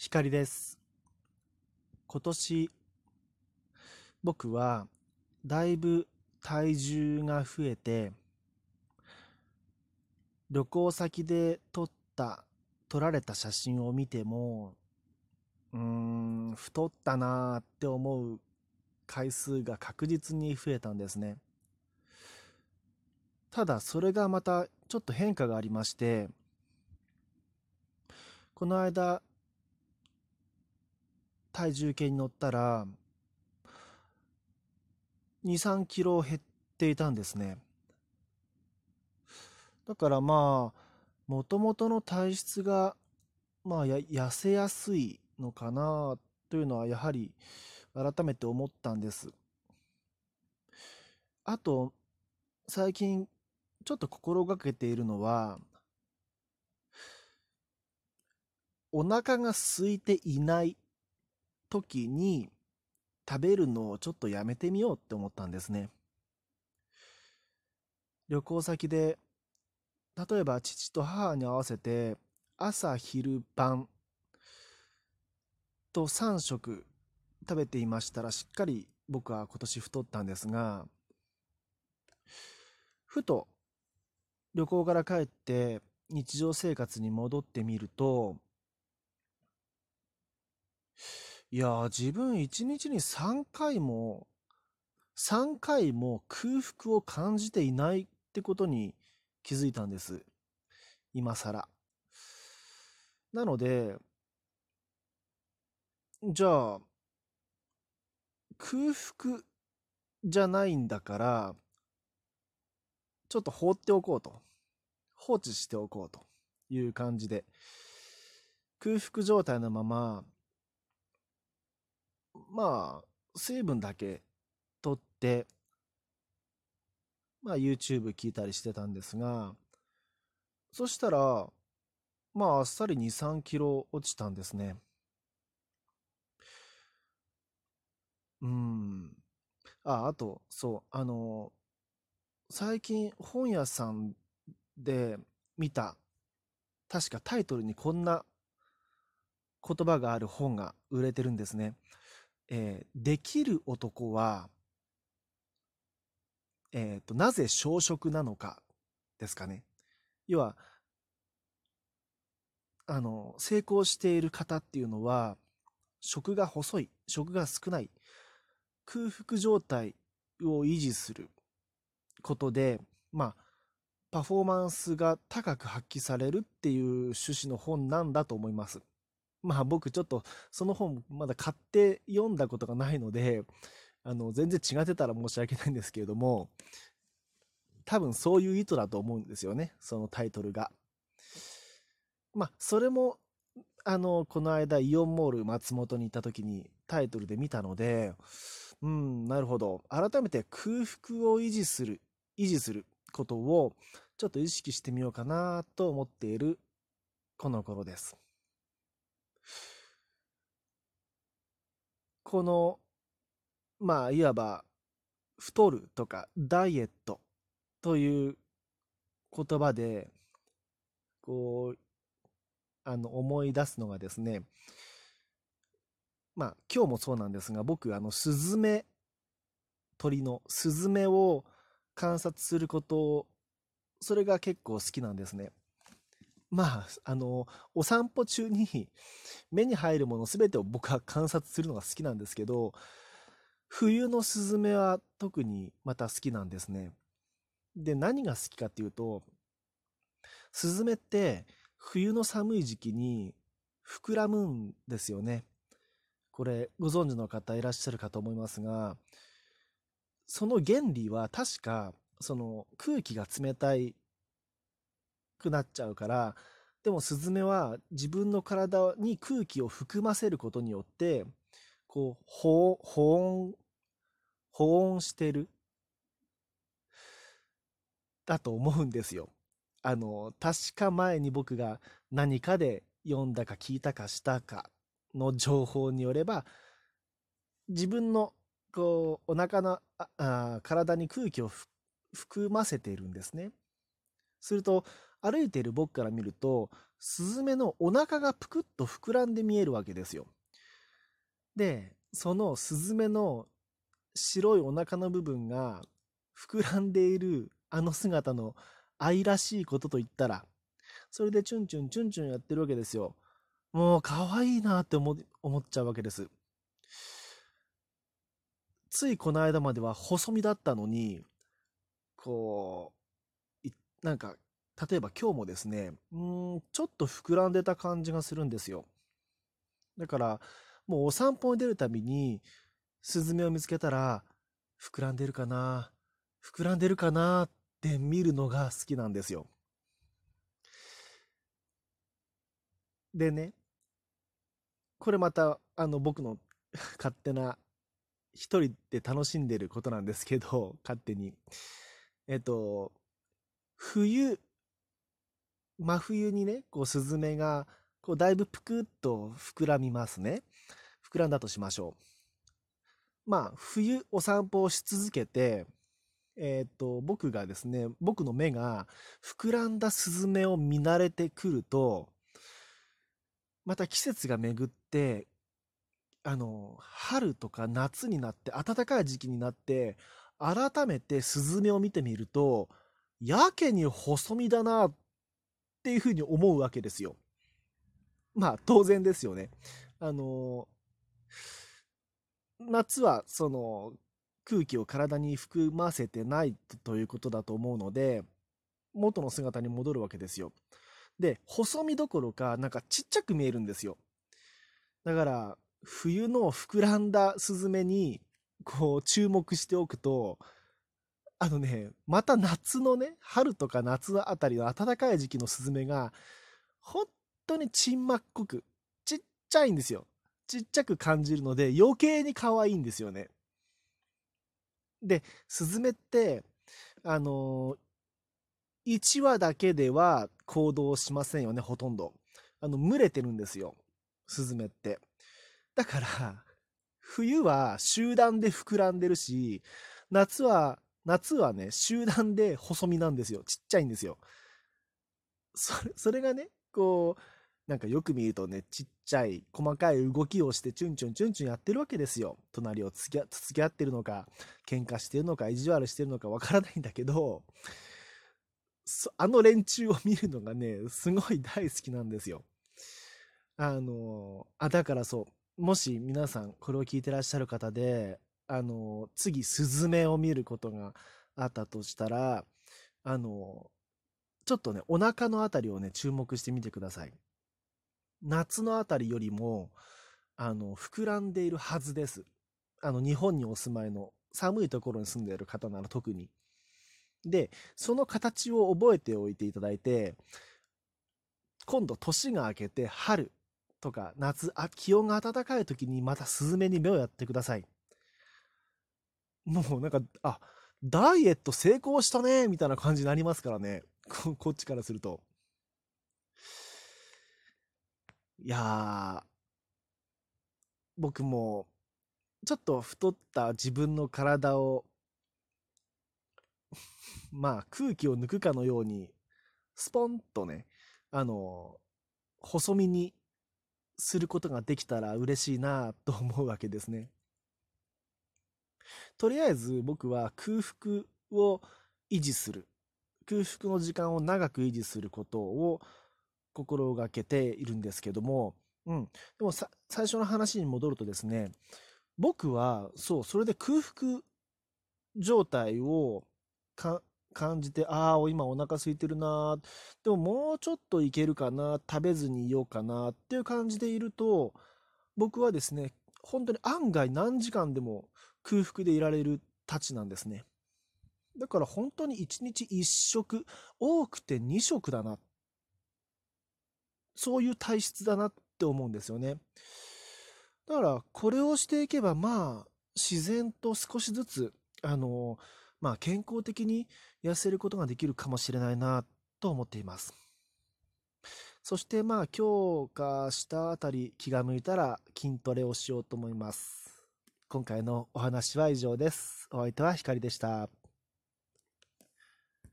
光です。今年僕はだいぶ体重が増えて、旅行先で撮られた写真を見ても、太ったなーって思う回数が確実に増えたんですね。ただそれがまたちょっと変化がありまして、この間体重計に乗ったら2、3キロ減っていたんですね。だからもともとの体質が痩せやすいのかなというのはやはり改めて思ったんです。あと、最近ちょっと心がけているのは、お腹が空いていない時に食べるのをちょっとやめてみようって思ったんですね。旅行先で、例えば父と母に合わせて朝昼晩と3食食べていましたら、しっかり僕は今年太ったんですが、ふと旅行から帰って日常生活に戻ってみると、自分一日に3回も空腹を感じていないってことに気づいたんです。今更。なので、じゃあ、空腹じゃないんだから、ちょっと放っておこうと。放置しておこうという感じで、空腹状態のまま、水分だけ取って、YouTube 聞いたりしてたんですが、そしたら、あっさり2、3キロ落ちたんですね。うん。あと、そう、最近本屋さんで見た、確かタイトルにこんな言葉がある本が売れてるんですね。できる男は、なぜ小食なのかですかね。要は、成功している方っていうのは、食が細い、食が少ない、空腹状態を維持することで、まあ、パフォーマンスが高く発揮されるっていう趣旨の本なんだと思います。僕ちょっとその本まだ買って読んだことがないので、全然違ってたら申し訳ないんですけれども、多分そういう意図だと思うんですよね、そのタイトルが。それも、この間イオンモール松本に行った時にタイトルで見たので、なるほど。改めて空腹を維持することをちょっと意識してみようかなと思っているこの頃です。この、いわば太るとかダイエットという言葉で、こう、思い出すのがですね、今日もそうなんですが、僕、鳥のスズメを観察すること、それが結構好きなんですね。お散歩中に目に入るもの全てを僕は観察するのが好きなんですけど、冬のスズメは特にまた好きなんですね。で、何が好きかっていうと、スズメって冬の寒い時期に膨らむんですよね。これご存知の方いらっしゃるかと思いますが、その原理は確かその空気が冷たくなっちゃうから、でもスズメは自分の体に空気を含ませることによって、保温してる、だと思うんですよ。確か前に僕が何かで読んだか聞いたかしたかの情報によれば、自分のお腹の体に空気を含ませているんですね。すると歩いている僕から見ると、スズメのお腹がぷくっと膨らんで見えるわけですよ。で、そのスズメの白いお腹の部分が膨らんでいるあの姿の愛らしいことといったら、それでチュンチュンチュンチュンやってるわけですよ。もう可愛いなって思っちゃうわけです。ついこの間までは細身だったのに、こう、なんか、例えば今日もですね、ちょっと膨らんでた感じがするんですよ。だから、もうお散歩に出るたびに、スズメを見つけたら、膨らんでるかな、膨らんでるかなって見るのが好きなんですよ。でね、これまた、僕の勝手な、一人で楽しんでることなんですけど、勝手に。えっと、冬、真冬にね、こう、スズメが、こう、だいぶぷくっと膨らみますね。膨らんだとしましょう。まあ、冬お散歩をし続けて、僕がですね、僕の目が膨らんだスズメを見慣れてくると、また季節が巡って、春とか夏になって、暖かい時期になって、改めてスズメを見てみると、やけに細身だなっていうふうに思うわけですよ。まあ、当然ですよね。あの、夏はその空気を体に含ませてないということだと思うので、元の姿に戻るわけですよ。で、細身どころか、なんかちっちゃく見えるんですよ。だから、冬の膨らんだスズメに、こう、注目しておくと、また夏のね、春とか夏あたりの暖かい時期のスズメが、本当にちんまっこく、ちっちゃいんですよ。ちっちゃく感じるので、余計に可愛いんですよね。で、スズメって、あの1羽だけでは行動しませんよね、ほとんど。群れてるんですよ、スズメって。だから、冬は集団で膨らんでるし、夏はね、集団で細身なんですよ。ちっちゃいんですよ。それがね、こう、なんかよく見るとね、ちっちゃい、細かい動きをしてチュンチュンチュンチュンやってるわけですよ。隣をつき合ってるのか、喧嘩してるのか、意地悪してるのかわからないんだけど、あの連中を見るのがね、すごい大好きなんですよ。だからそう、もし皆さんこれを聞いてらっしゃる方で、次、スズメを見ることがあったとしたら、あの、ちょっとね、お腹のあたりをね、注目してみてください。夏のあたりよりも、膨らんでいるはずです。日本にお住まいの寒いところに住んでいる方なら特に。で、その形を覚えておいていただいて、今度年が明けて春とか夏、気温が暖かい時にまたスズメに目をやってください。もうなんか、ダイエット成功したねみたいな感じになりますからね。こっちからすると。いやー、僕もちょっと太った自分の体を、まあ空気を抜くかのように、スポンとね、あの、細身にすることができたら嬉しいなと思うわけですね。とりあえず僕は空腹を維持する。空腹の時間を長く維持することを心がけているんですけども、うん。でも最初の話に戻るとですね、僕は、そう、それで空腹状態をか感じて、今お腹空いてるな、でももうちょっといけるかな、食べずにいようかなっていう感じでいると、僕はですね、本当に案外何時間でも空腹でいられるたちなんですね。だから本当に1日1食、多くて2食だな。そういう体質だなって思うんですよね。だからこれをしていけばまあ自然と少しずつあの健康的に痩せることができるかもしれないなと思っています。そして今日か明日あたり気が向いたら筋トレをしようと思います。今回のお話は以上です。お相手はひかりでした。